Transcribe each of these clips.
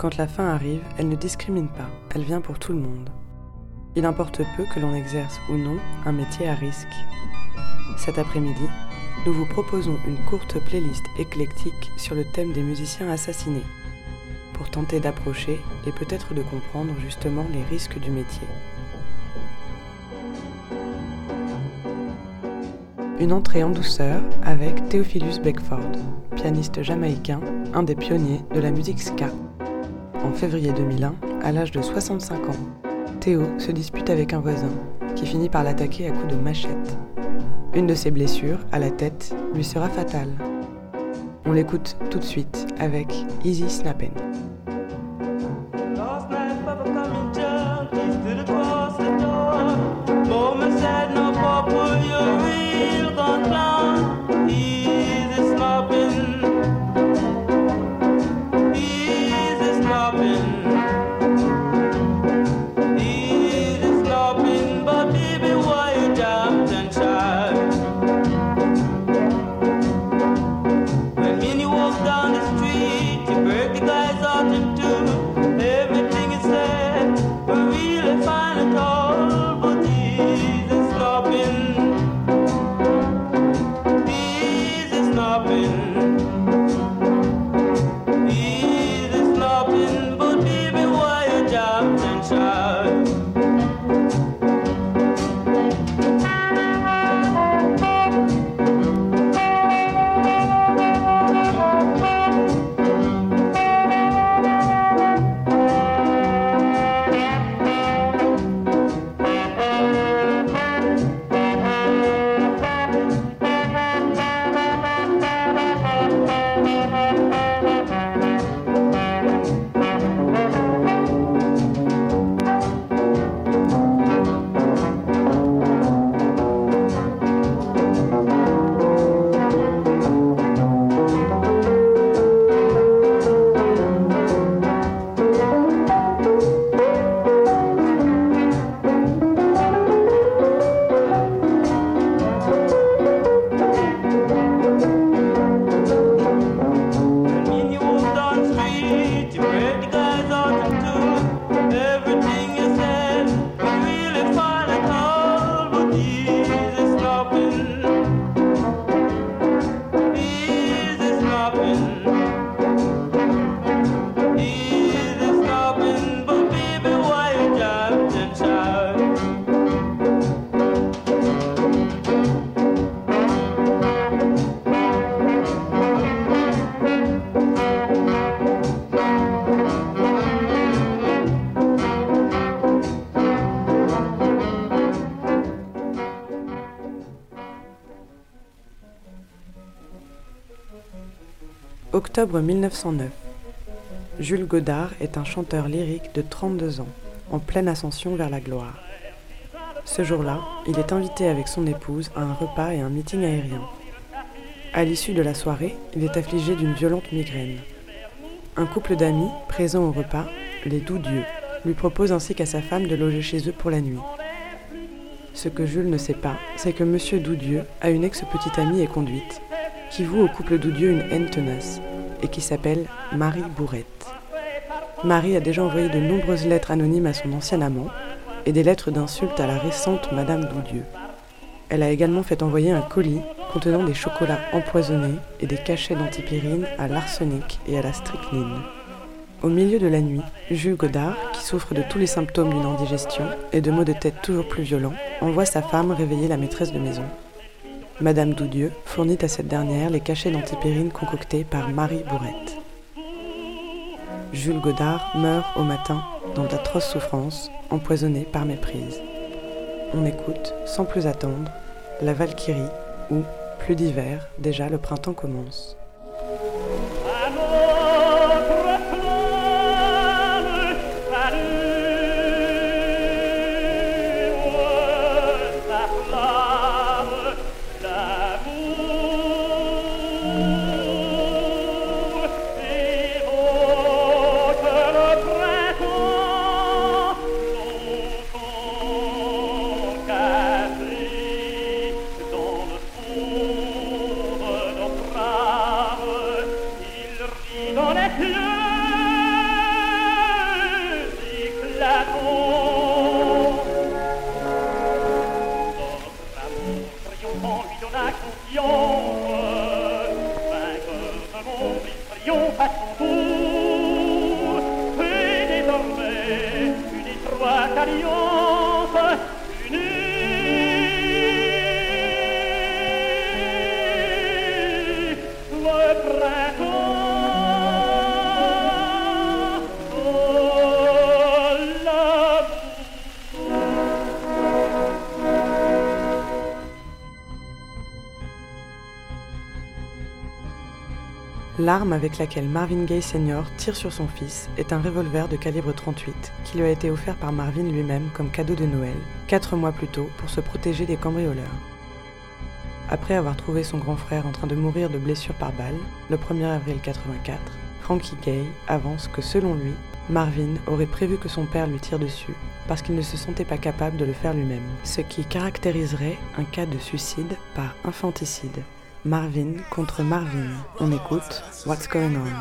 quand la fin arrive, elle ne discrimine pas, elle vient pour tout le monde. Il importe peu que l'on exerce ou non un métier à risque. Cet après-midi, nous vous proposons une courte playlist éclectique sur le thème des musiciens assassinés, pour tenter d'approcher et peut-être de comprendre justement les risques du métier. Une entrée en douceur avec Theophilus Beckford, pianiste jamaïcain, un des pionniers de la musique ska. En février 2001, à l'âge de 65 ans, Théo se dispute avec un voisin, qui finit par l'attaquer à coups de machette. Une de ses blessures, à la tête, lui sera fatale. On l'écoute tout de suite avec Easy Snappin'. Octobre 1909. Jules Godard est un chanteur lyrique de 32 ans, en pleine ascension vers la gloire. Ce jour-là, il est invité avec son épouse à un repas et un meeting aérien. À l'issue de la soirée, il est affligé d'une violente migraine. Un couple d'amis, présents au repas, les Doudieux, lui propose ainsi qu'à sa femme de loger chez eux pour la nuit. Ce que Jules ne sait pas, c'est que Monsieur Doudieux a une ex-petite amie et conduite, qui voue au couple Doudieux une haine tenace, et qui s'appelle Marie Bourrette. Marie a déjà envoyé de nombreuses lettres anonymes à son ancien amant, et des lettres d'insultes à la récente Madame Doudieux. Elle a également fait envoyer un colis contenant des chocolats empoisonnés et des cachets d'antipyrine à l'arsenic et à la strychnine. Au milieu de la nuit, Jules Godard, qui souffre de tous les symptômes d'une indigestion et de maux de tête toujours plus violents, envoie sa femme réveiller la maîtresse de maison. Madame Doudieux fournit à cette dernière les cachets d'antipyrine concoctés par Marie Bourrette. Jules Godard meurt au matin dans d'atroces souffrances, empoisonné par méprise. On écoute, sans plus attendre, La Valkyrie ou Plus d'hiver, déjà le printemps commence. Dans le fond de nos bras. soit alliance unie. Le printemps, oh, l'amour. L'arme avec laquelle Marvin Gaye Sr. tire sur son fils est un revolver de calibre 38 qui lui a été offert par Marvin lui-même comme cadeau de Noël, 4 mois plus tôt, pour se protéger des cambrioleurs. Après avoir trouvé son grand frère en train de mourir de blessures par balle, le 1er avril 84, Frankie Gaye avance que selon lui, Marvin aurait prévu que son père lui tire dessus parce qu'il ne se sentait pas capable de le faire lui-même, ce qui caractériserait un cas de suicide par infanticide. Marvin contre Marvin. On écoute What's Going On.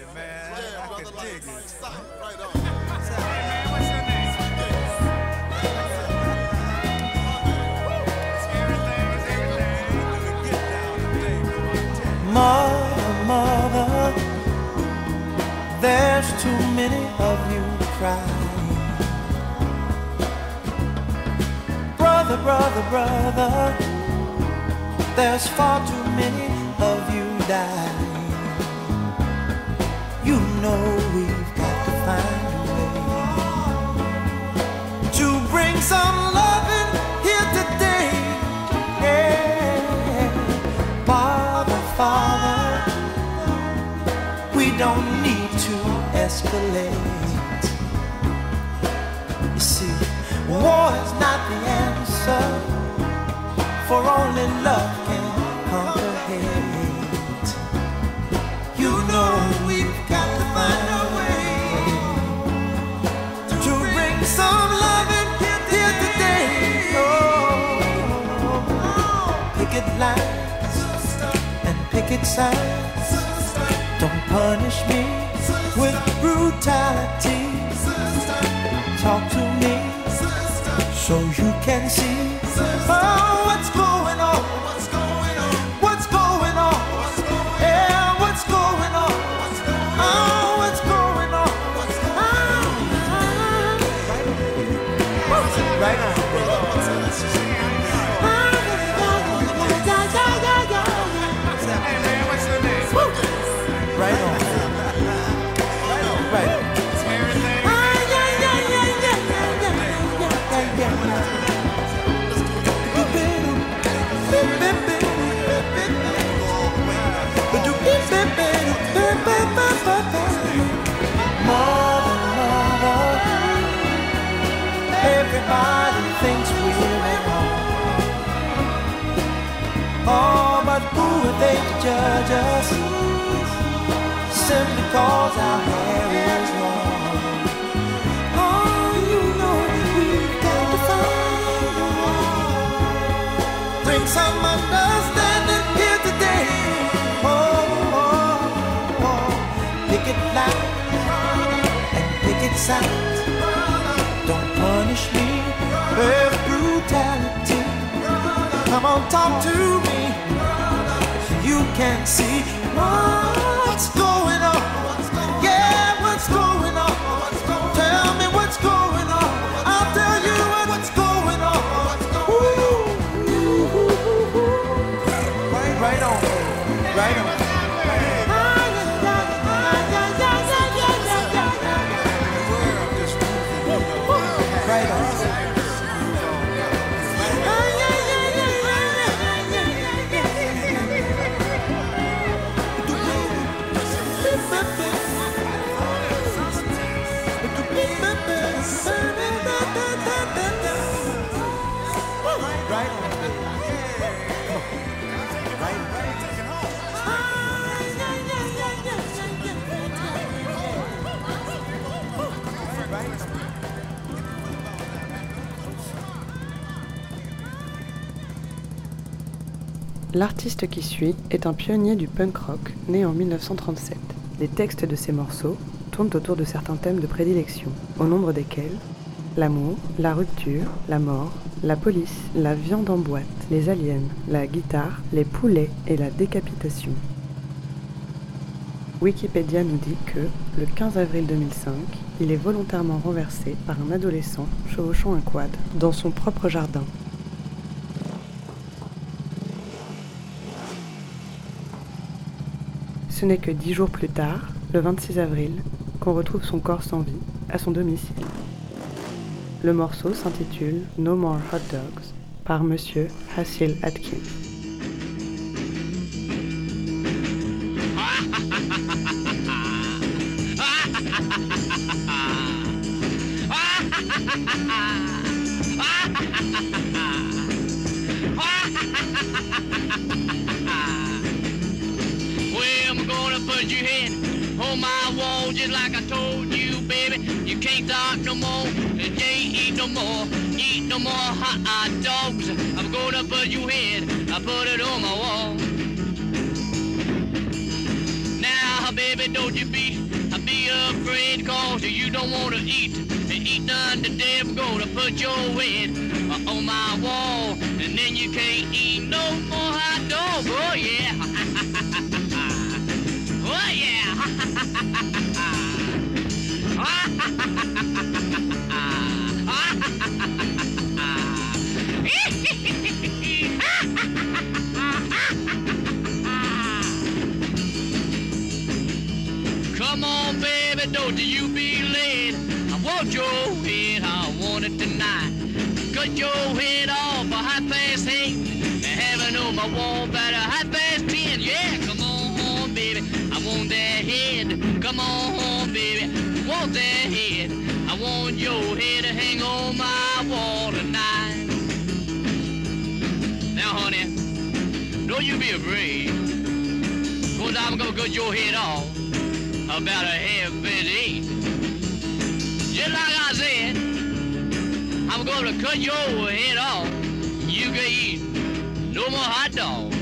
Mother, mother, there's too many of you crying. Brother, brother, brother, there's far too many of you dying. You know we've got to find a way to bring some loving here today. Yeah. Father, Father, we don't need to escalate. You see, war is not the answer, for only love can conquer hate. You know we've got to find a way to bring some love in here today. Oh, picket lines and picket signs. Don't punish me with brutality. Talk to me so you can see. Oh, what's going on? What's going on? What's going on? Yeah, what's going on? Oh, what's going on? Right on. Hey man, what's your name? Right on. Right on. Everybody thinks we're at home. Oh, but who are they to judge us? Simply cause our hair is long. Oh, you know we've got to find a way. Bring some understanding here today. Oh, oh, oh. Picket line and picket signs. Don't punish me with brutality. Come on, talk to me so you can see what's going on. Yeah, what's going on? Tell me what's going on. I'll tell you what's going on. Ooh. Right on, right on. Right on. L'artiste qui suit est un pionnier du punk rock né en 1937. Les textes de ses morceaux tournent autour de certains thèmes de prédilection, au nombre desquels l'amour, la rupture, la mort, la police, la viande en boîte, les aliens, la guitare, les poulets et la décapitation. Wikipédia nous dit que, le 15 avril 2005, il est volontairement renversé par un adolescent chevauchant un quad dans son propre jardin. Ce n'est que 10 jours plus tard, le 26 avril, qu'on retrouve son corps sans vie à son domicile. Le morceau s'intitule No More Hot Dogs par Monsieur Hasil Atkins. Your head on my wall, just like I told you, baby. You can't talk no more, and you can't eat no more. Eat no more hot dogs. I'm gonna put your head, I put it on my wall. Now, baby, don't you be afraid, cause you don't wanna eat none today. I'm gonna put your head on my wall, and then you can't eat no more hot dogs. Oh yeah. Oh yeah! Come on, baby, don't you be late. I want your head, I want it tonight. Cut your head off a 8:30. Have it on my wall by a 10:30. Yeah, come on, baby. I want that head. Come on, baby. I want that head. I want your head to hang on my wall tonight. Now, honey, don't you be afraid. Cause I'm gonna cut your head off about a 7:30. Just like I said, I'm gonna cut your head off. You can eat no more hot dogs.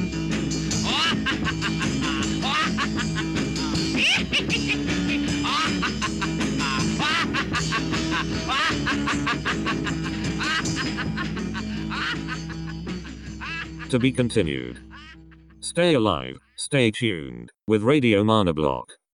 To be continued. Stay alive, stay tuned with Radio Mana Block.